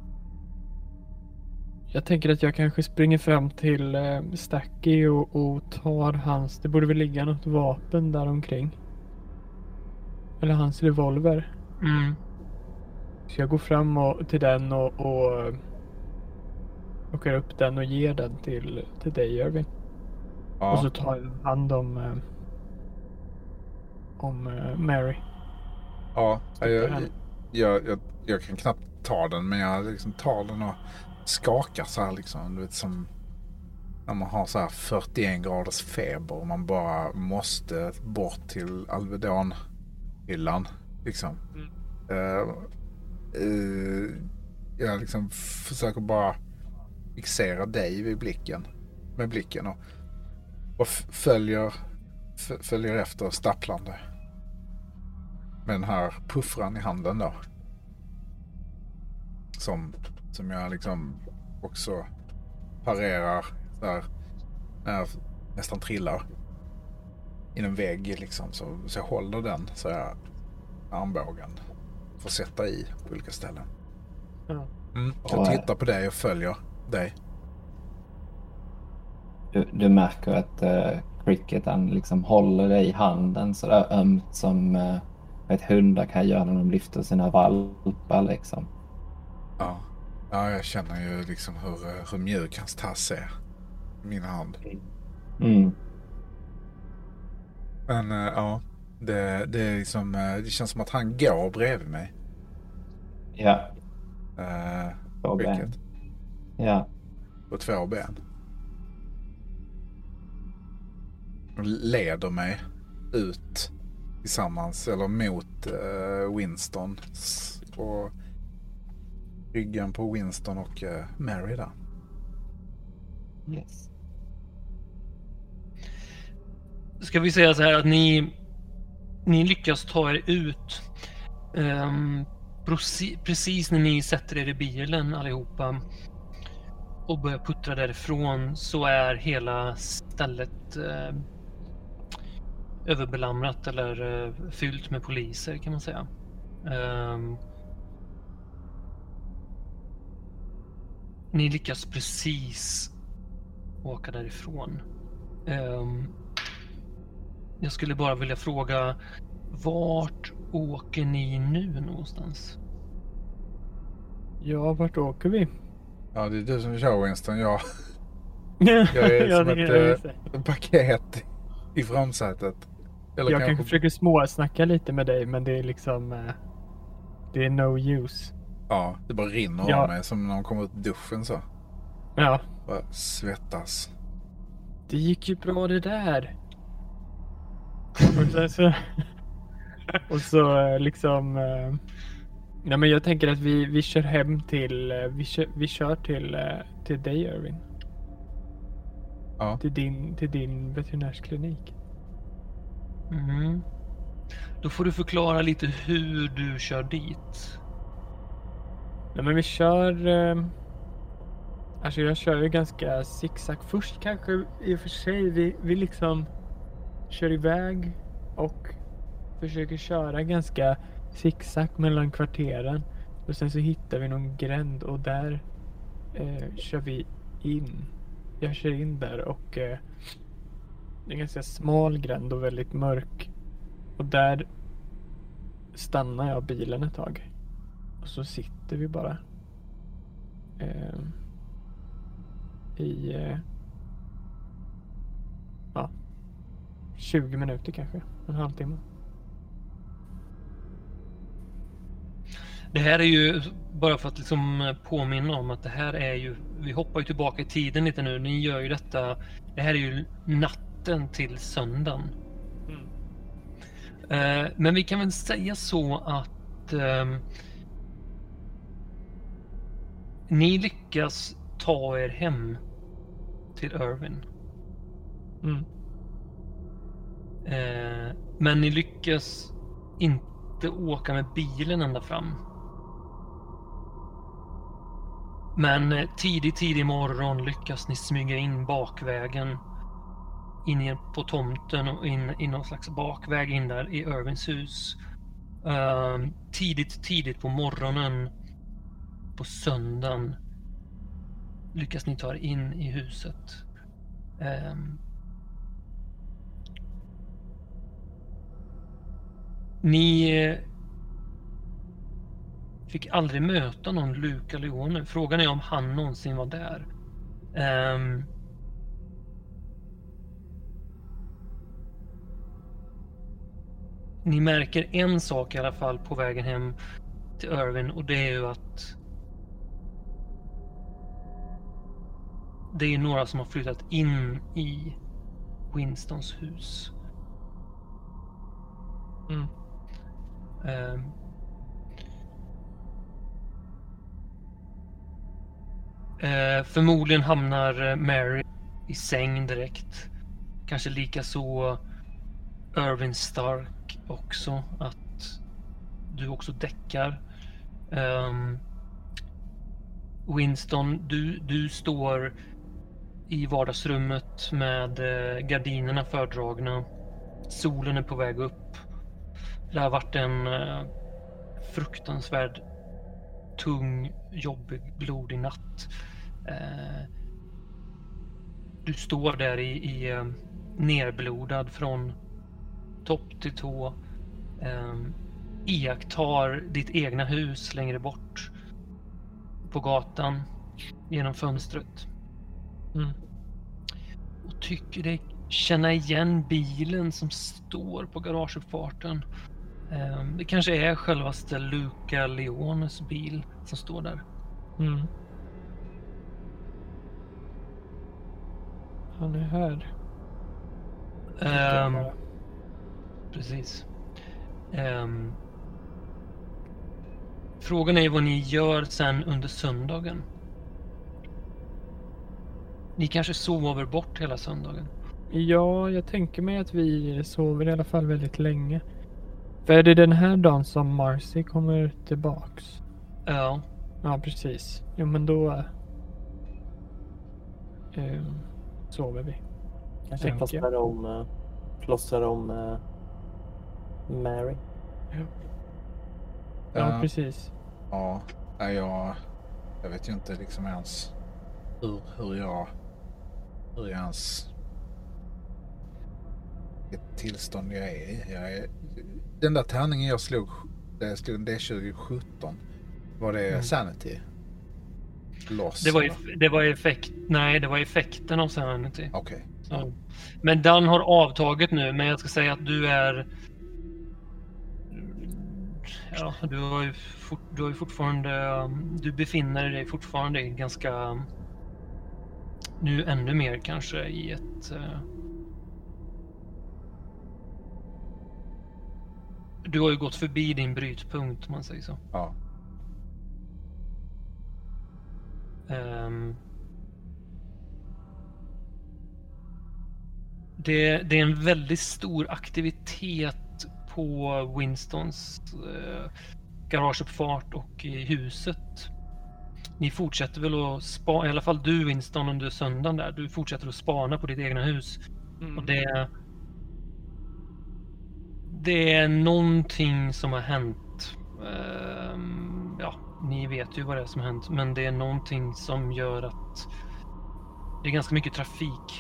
Jag tänker att jag kanske springer fram till eh, Stacky och, och tar hans... Det borde väl ligga något vapen där omkring. Eller hans revolver. Mm. Så jag går fram och, till den och, och plockar upp den och ger den till, till dig, Irving. Ja. Och så tar jag hand om, eh, om eh, Mary. Ja, jag, jag, jag, jag, jag kan knappt ta den, men jag liksom tar den och skakar så här liksom. Du vet, som när man har så här fyrtioen graders feber och man bara måste bort till Alvedon-hyllan liksom. Mm. Uh, uh, jag liksom försöker bara fixera dig vid blicken med blicken och, och f- följer f- följer efter stapplande med den här puffran i handen då, som som jag liksom också parerar där när jag nästan trillar in en vägg liksom, så, så jag håller den så jag armbågen får sätta i på olika ställen. Ja. Mm. Så jag tittar på dig och följer dig. Du, du märker att uh, Cricket han liksom håller dig i handen så där ömt som uh, ett hundar kan göra när de lyfter sina valpar liksom. Ja. Ja, jag känner ju liksom hur, hur mjuk hans tass är i min hand. Mm. Men uh, ja, det, det är liksom, uh, det känns som att han går bredvid mig. Ja. Uh, Två ben. Cricket. Ja. På två ben. Leder mig ut tillsammans eller mot uh, Winston och ryggen på Winston och uh, Mary där. Yes. Ska vi säga så här att ni ni lyckas ta er ut um, precis, precis när ni sätter er i bilen allihopa och börjar puttra därifrån, så är hela stället uh, överbelamrat eller uh, fyllt med poliser kan man säga. Um, ni lyckas precis åka därifrån. Um, jag skulle bara vilja fråga, vart åker ni nu någonstans? Ja, vart åker vi? Ja, det är du som kör Winston. Jag, jag är Ja, som det ett kan jag äh, säga. paket i framsätet. Eller Jag kanske... kanske försöker småsnacka lite med dig, men det är liksom... eh, Det är no use. Ja, det bara rinner Ja. av mig som när de kommer ut ur duschen så. Ja. Bara svettas. Det gick ju bra det där. Och sen så... Och så eh, liksom... eh, Nej, men jag tänker att vi, vi kör hem till... eh, Vi kör, vi kör till, eh, till dig, Irving. Ja. Till din, till din veterinärsklinik. Mm. Då får du förklara lite hur du kör dit. Nej, men vi kör... Eh, alltså jag kör ju ganska zigzag. Först kanske i och för sig vi, vi liksom kör iväg och försöker köra ganska zigzag mellan kvarteren. Och sen så hittar vi någon gränd och där eh, kör vi in. Jag kör in där och eh, det är en ganska smal gränd och väldigt mörk. Och där stannar jag bilen ett tag. Och så sitter vi bara eh, i eh, ja, tjugo minuter kanske. En halvtimme. Det här är ju, bara för att liksom påminna om att det här är ju, vi hoppar ju tillbaka i tiden lite nu. Ni gör ju detta, det här är ju natten till söndagen. Mm. Eh, men vi kan väl säga så att eh, ni lyckas ta er hem till Irvin. Mm. Eh, men ni lyckas inte åka med bilen ända fram. Men eh, tidigt, tidig morgon lyckas ni smyga in bakvägen in i- på tomten och in i någon slags bakväg in där i Irvins hus. Eh, tidigt, tidigt på morgonen på söndagen lyckas ni ta er in i huset. Eh, Ni eh, fick aldrig möta någon Luca Leone. Frågan är om han någonsin var där. Ehm, ni märker en sak i alla fall på vägen hem till Irvin, och det är ju att det är några som har flyttat in i Winstons hus. Mm. Ehm. Eh, förmodligen hamnar eh, Mary i säng direkt. Kanske lika så Irvin Stark också, att du också däckar. Ehm. Winston, du, du står i vardagsrummet med eh, gardinerna fördragna. Solen är på väg upp. Det har varit en eh, fruktansvärd, tung, jobbig, blodig natt. Eh, du står där i, i eh, nerblodad från topp till tå. Eh, iakttar ditt egna hus längre bort på gatan genom fönstret. Mm. Och tycker dig känna igen bilen som står på garageuppfarten. Det kanske är självaste Luca Leones bil som står där. Mm. Han är här. Um, precis. Um, frågan är vad ni gör sen under söndagen. Ni kanske sover bort hela söndagen. Ja, jag tänker mig att vi sover i alla fall väldigt länge. För är det den här dagen som Marcy kommer tillbaks? Ja. Ja, precis. Jo, men då eh, sover vi. Kanske tänker plåstrar om, uh, plåstrar om uh, Mary. Ja, ja Ja. precis. Ja, nej, jag, jag vet ju inte liksom ens hur, hur jag hur jag ens vilket tillstånd jag är i. Jag är, den där tärningen jag slog, där jag slog en D tjugo sjutton, var det Mm. Sanity? Loss? Det var, eller? eff- det var effekt. Nej, det var effekten av Sanity. Okej. Så. Men den har avtagit nu, men jag ska säga att du är... Ja, du har ju, fort, du har ju fortfarande... um, Du befinner dig fortfarande i ganska... Nu ännu mer kanske i ett... Uh, du har ju gått förbi din brytpunkt, om man säger så. Ja. Um, det, det är en väldigt stor aktivitet på Winstons eh, garageuppfart och i huset. Ni fortsätter väl att spana, i alla fall du Winston under söndagen där, du fortsätter att spana på ditt egna hus. Mm. Och det det är någonting som har hänt. Ehm, ja, ni vet ju vad det är som har hänt, men det är någonting som gör att det är ganska mycket trafik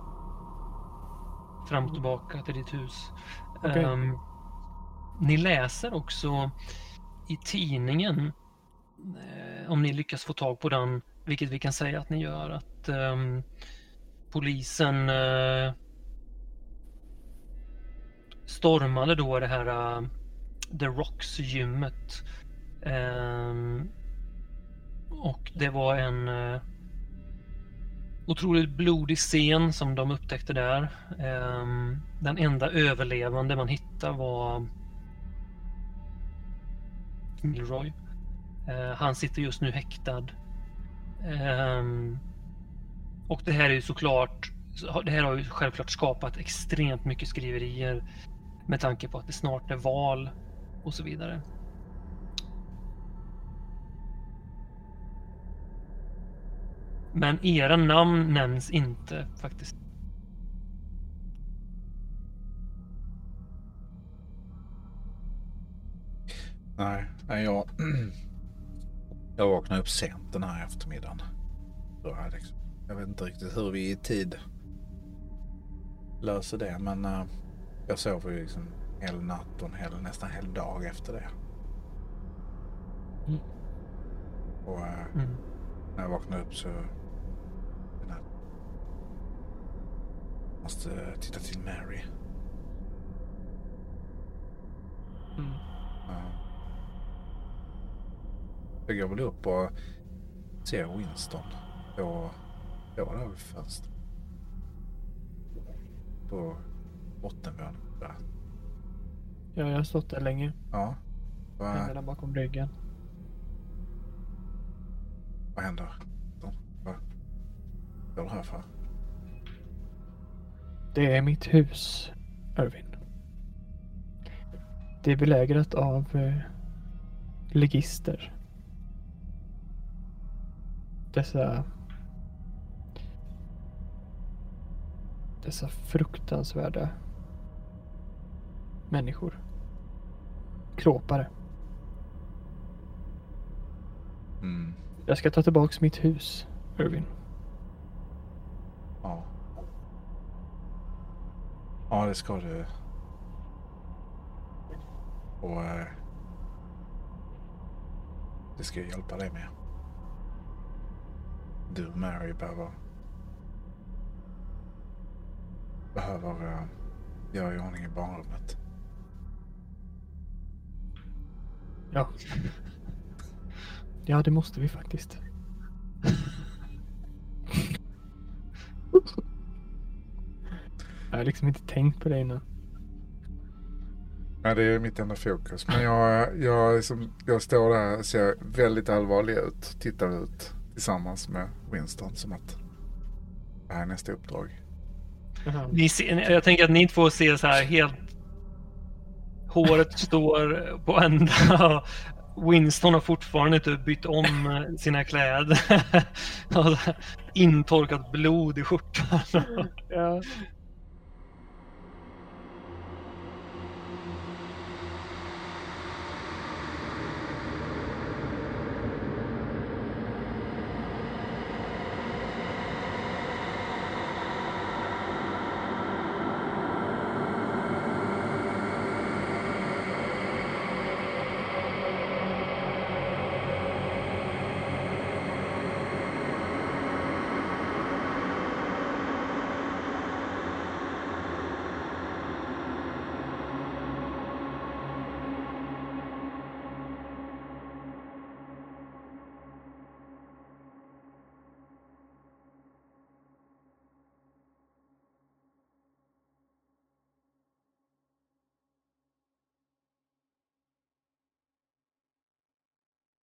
fram och tillbaka till ditt hus. Okej. Ehm, ni läser också i tidningen, eh, om ni lyckas få tag på den, vilket vi kan säga att ni gör, att ehm, polisen eh, stormade då det här uh, The Rocks-gymmet. Ehm, och det var en uh, otroligt blodig scen som de upptäckte där. Ehm, den enda överlevande man hittade var Milroy. Uh, han sitter just nu häktad. Ehm, och det här är ju såklart, det här har ju självklart skapat extremt mycket skriverier med tanke på att det snart är val och så vidare. Men era namn nämns inte faktiskt. Nej, nej jag, jag vaknade upp sent den här eftermiddagen. Så här liksom. Jag vet inte riktigt hur vi i tid löser det, men uh, jag sov ju liksom hela natt och en hel, nästan hel dag efter det. Mm. Och uh, Mm. när jag vaknade upp så jag måste uh, titta till Mary. Mm. Uh, jag går väl upp och ser Winston och jag var där vid fönstret. På bottenvåningen där. Ja, jag har stått där länge. Ja. Vad, Händerna bakom ryggen. vad händer? Vad vad är det här för? Det är mitt hus, Irvin. Det är belägrat av eh, legister. Dessa dessa fruktansvärda människor. Klåpare. Mm. Jag ska ta tillbaks mitt hus, Irvin. Ja. Ja, det ska du. Och eh, det ska jag hjälpa dig med. Du och Mary behöver behöver uh, göra i ordning i barnrummet. Ja. Ja, det måste vi faktiskt. Jag har liksom inte tänkt på det innan. Ja, det är mitt enda fokus. Men jag, jag, liksom, jag står där och ser väldigt allvarlig ut. Tittar ut tillsammans med Winston som att det här är nästa uppdrag. Jaha. Ni ser, jag tänker att ni två ser så här helt... Håret står på ända. Winston har fortfarande inte bytt om sina kläder. Intorkat blod i skjortan. Ja,